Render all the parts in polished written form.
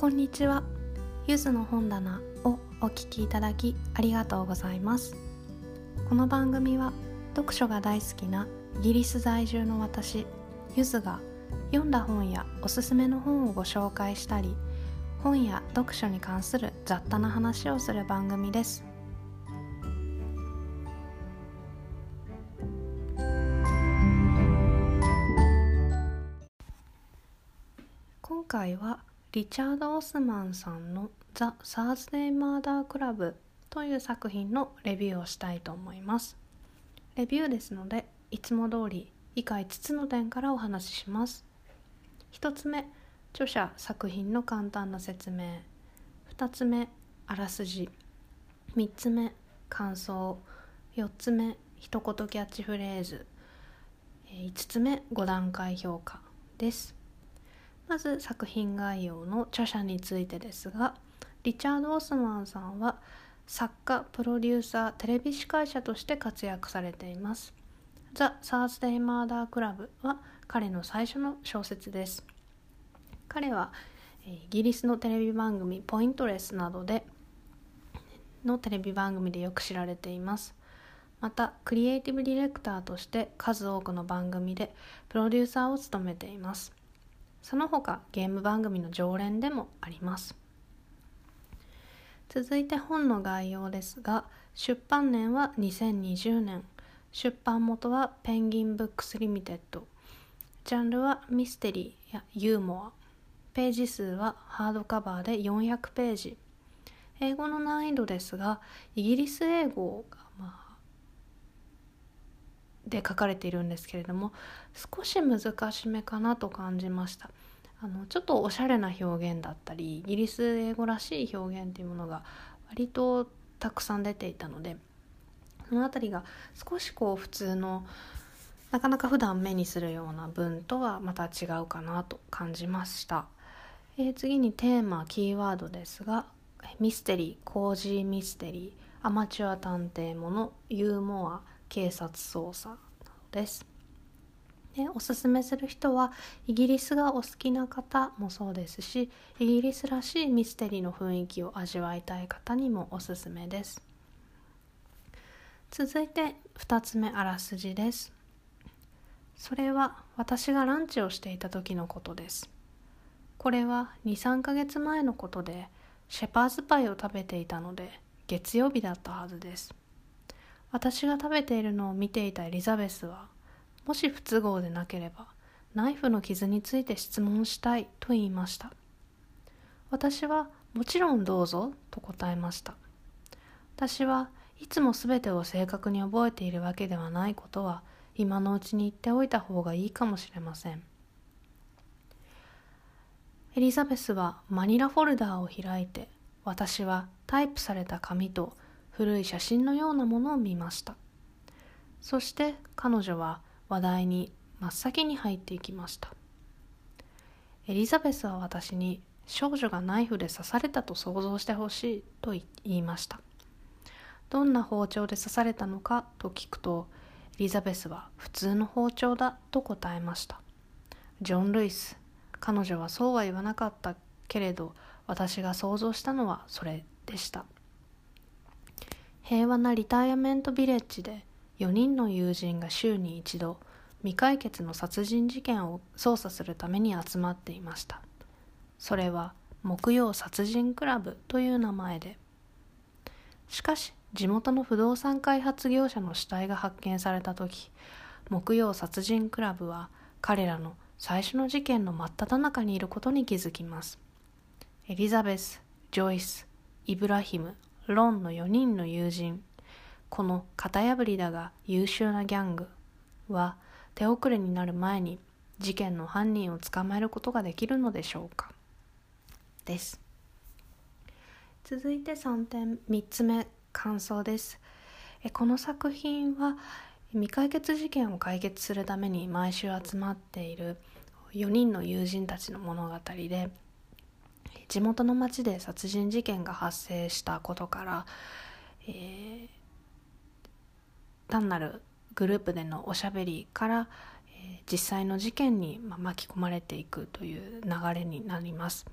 こんにちは。ゆずの本棚をお聞きいただきありがとうございます。この番組は読書が大好きなイギリス在住の私ゆずが読んだ本やおすすめの本をご紹介したり、本や読書に関する雑多な話をする番組です。今回はリチャード・オスマンさんのザ・サーズデイ・マーダー・クラブという作品のレビューをしたいと思います。レビューですので、いつも通り以下5つの点からお話しします。1つ目、著者作品の簡単な説明。2つ目、あらすじ。3つ目、感想。4つ目、一言キャッチフレーズ。5つ目、5段階評価です。まず作品概要の著者についてですが、リチャード・オスマンさんは作家、プロデューサー、テレビ司会者として活躍されています。ザ・サーズデイ・マーダー・クラブは彼の最初の小説です。彼はイギリスのテレビ番組ポイントレスなどでのテレビ番組でよく知られています。またクリエイティブディレクターとして数多くの番組でプロデューサーを務めています。その他ゲーム番組の常連でもあります。続いて本の概要ですが、出版年は2020年、出版元はペンギンブックスリミテッド、ジャンルはミステリーやユーモア、ページ数はハードカバーで400ページ、英語の難易度ですがイギリス英語がで書かれているんですけれども、少し難しめかなと感じました。ちょっとおしゃれな表現だったりイギリス英語らしい表現というものが割とたくさん出ていたので、そのあたりが少し普通のなかなか普段目にするような文とはまた違うかなと感じました。次にテーマ、キーワードですが、ミステリー、コージーミステリー、アマチュア探偵もの、ユーモア、警察捜査などです。おすすめする人はイギリスがお好きな方もそうですし、イギリスらしいミステリーの雰囲気を味わいたい方にもおすすめです。続いて2つ目、あらすじです。それは私がランチをしていた時のことです。これは 2,3 ヶ月前のことで、シェパーズパイを食べていたので月曜日だったはずです。私が食べているのを見ていたエリザベスは、もし不都合でなければナイフの傷について質問したいと言いました。私はもちろんどうぞと答えました。私はいつもすべてを正確に覚えているわけではないことは今のうちに言っておいた方がいいかもしれません。エリザベスはマニラフォルダーを開いて、私はタイプされた紙と古い写真のようなものを見ました。そして彼女は話題に真っ先に入っていきました。エリザベスは私に少女がナイフで刺されたと想像してほしいと言いました。どんな包丁で刺されたのかと聞くと、エリザベスは普通の包丁だと答えました。ジョン・ルイス、彼女はそうは言わなかったけれど、私が想像したのはそれでした。平和なリタイアメントビレッジで4人の友人が週に一度未解決の殺人事件を捜査するために集まっていました。それは木曜殺人クラブという名前で、しかし地元の不動産開発業者の死体が発見された時、木曜殺人クラブは彼らの最初の事件の真っ只中にいることに気づきます。エリザベス、ジョイス、イブラヒム、ロンの4人の友人、この型破りだが優秀なギャングは手遅れになる前に事件の犯人を捕まえることができるのでしょうかです。続いて3つ目、感想です。この作品は未解決事件を解決するために毎週集まっている4人の友人たちの物語で、地元の町で殺人事件が発生したことから、単なるグループでのおしゃべりから、実際の事件に巻き込まれていくという流れになります。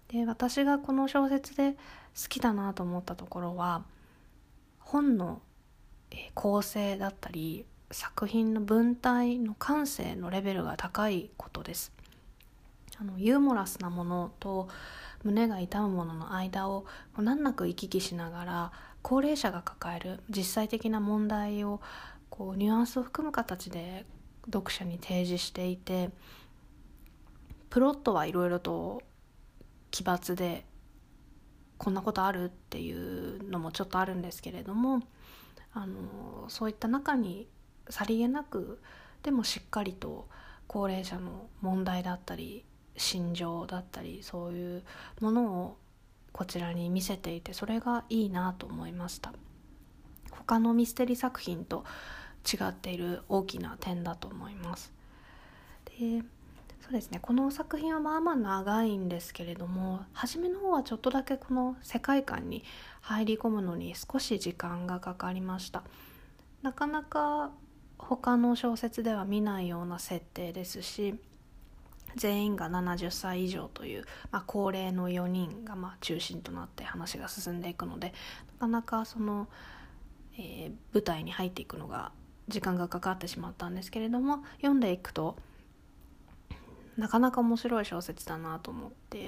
で、私がこの小説で好きだなと思ったところは、本の構成だったり作品の文体の感性のレベルが高いことです。ユーモラスなものと胸が痛むものの間を難なく行き来しながら、高齢者が抱える実際的な問題をニュアンスを含む形で読者に提示していて、プロットはいろいろと奇抜でこんなことあるっていうのもちょっとあるんですけれども、そういった中にさりげなくでもしっかりと高齢者の問題だったり心情だったり、そういうものをこちらに見せていて、それがいいなと思いました。他のミステリー作品と違っている大きな点だと思います。で、そうですね、この作品はまあまあ長いんですけれども、初めの方はちょっとだけこの世界観に入り込むのに少し時間がかかりました。なかなか他の小説では見ないような設定ですし、全員が70歳以上という、高齢の4人が中心となって話が進んでいくので、なかなかその、舞台に入っていくのが時間がかかってしまったんですけれども、読んでいくとなかなか面白い小説だなと思って、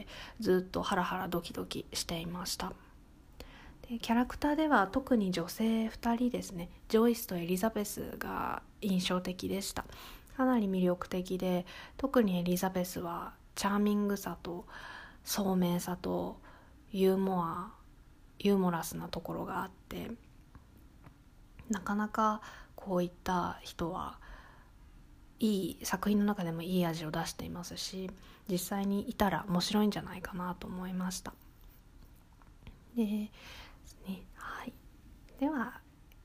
ずっとハラハラドキドキしていました。で、キャラクターでは特に女性2人ですね、ジョイスとエリザベスが印象的でした。かなり魅力的で、特にエリザベスはチャーミングさと聡明さとユーモラスなところがあって、なかなかこういった人はいい作品の中でもいい味を出していますし、実際にいたら面白いんじゃないかなと思いました。で、はい、では、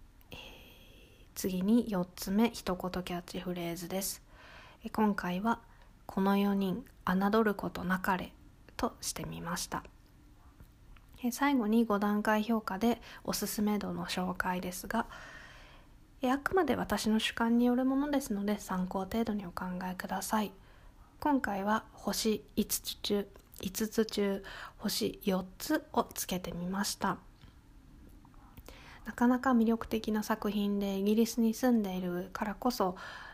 次に4つ目、一言キャッチフレーズです。今回はこの4人侮ることなかれとしてみました。最後に5段階評価でおすすめ度の紹介ですが、あくまで私の主観によるものですので参考程度にお考えください。今回は星5つ中星4つをつけてみました。なかなか魅力的な作品で、イギリスに住んでいるからこそ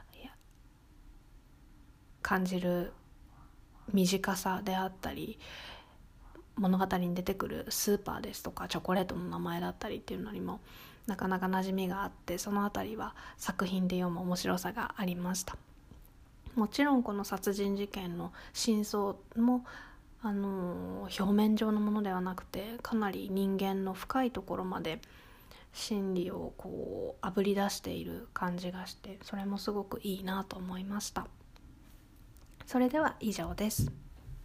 感じる短さであったり、物語に出てくるスーパーですとかチョコレートの名前だったりっていうのにもなかなか馴染みがあって、そのあたりは作品で読む面白さがありました。もちろんこの殺人事件の真相も表面上のものではなくて、かなり人間の深いところまで心理をあぶり出している感じがして、それもすごくいいなと思いました。それでは以上です。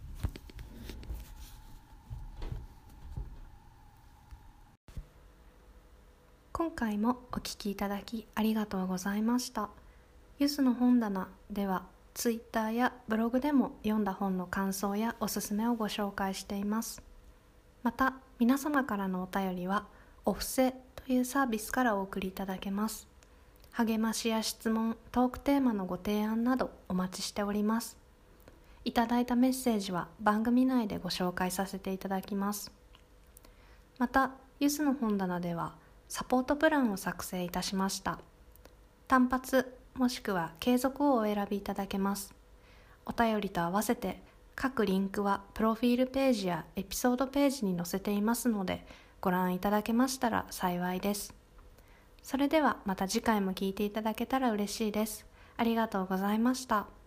今回もお聞きいただきありがとうございました。ゆすの本棚ではツイッターやブログでも読んだ本の感想やおすすめをご紹介しています。また皆様からのお便りはお布施というサービスからお送りいただけます。励ましや質問、トークテーマのご提案などお待ちしております。いただいたメッセージは番組内でご紹介させていただきます。またゆすの本棚ではサポートプランを作成いたしました。単発もしくは継続をお選びいただけます。お便りと合わせて各リンクはプロフィールページやエピソードページに載せていますので、ご覧いただけましたら幸いです。それではまた次回も聞いていただけたら嬉しいです。ありがとうございました。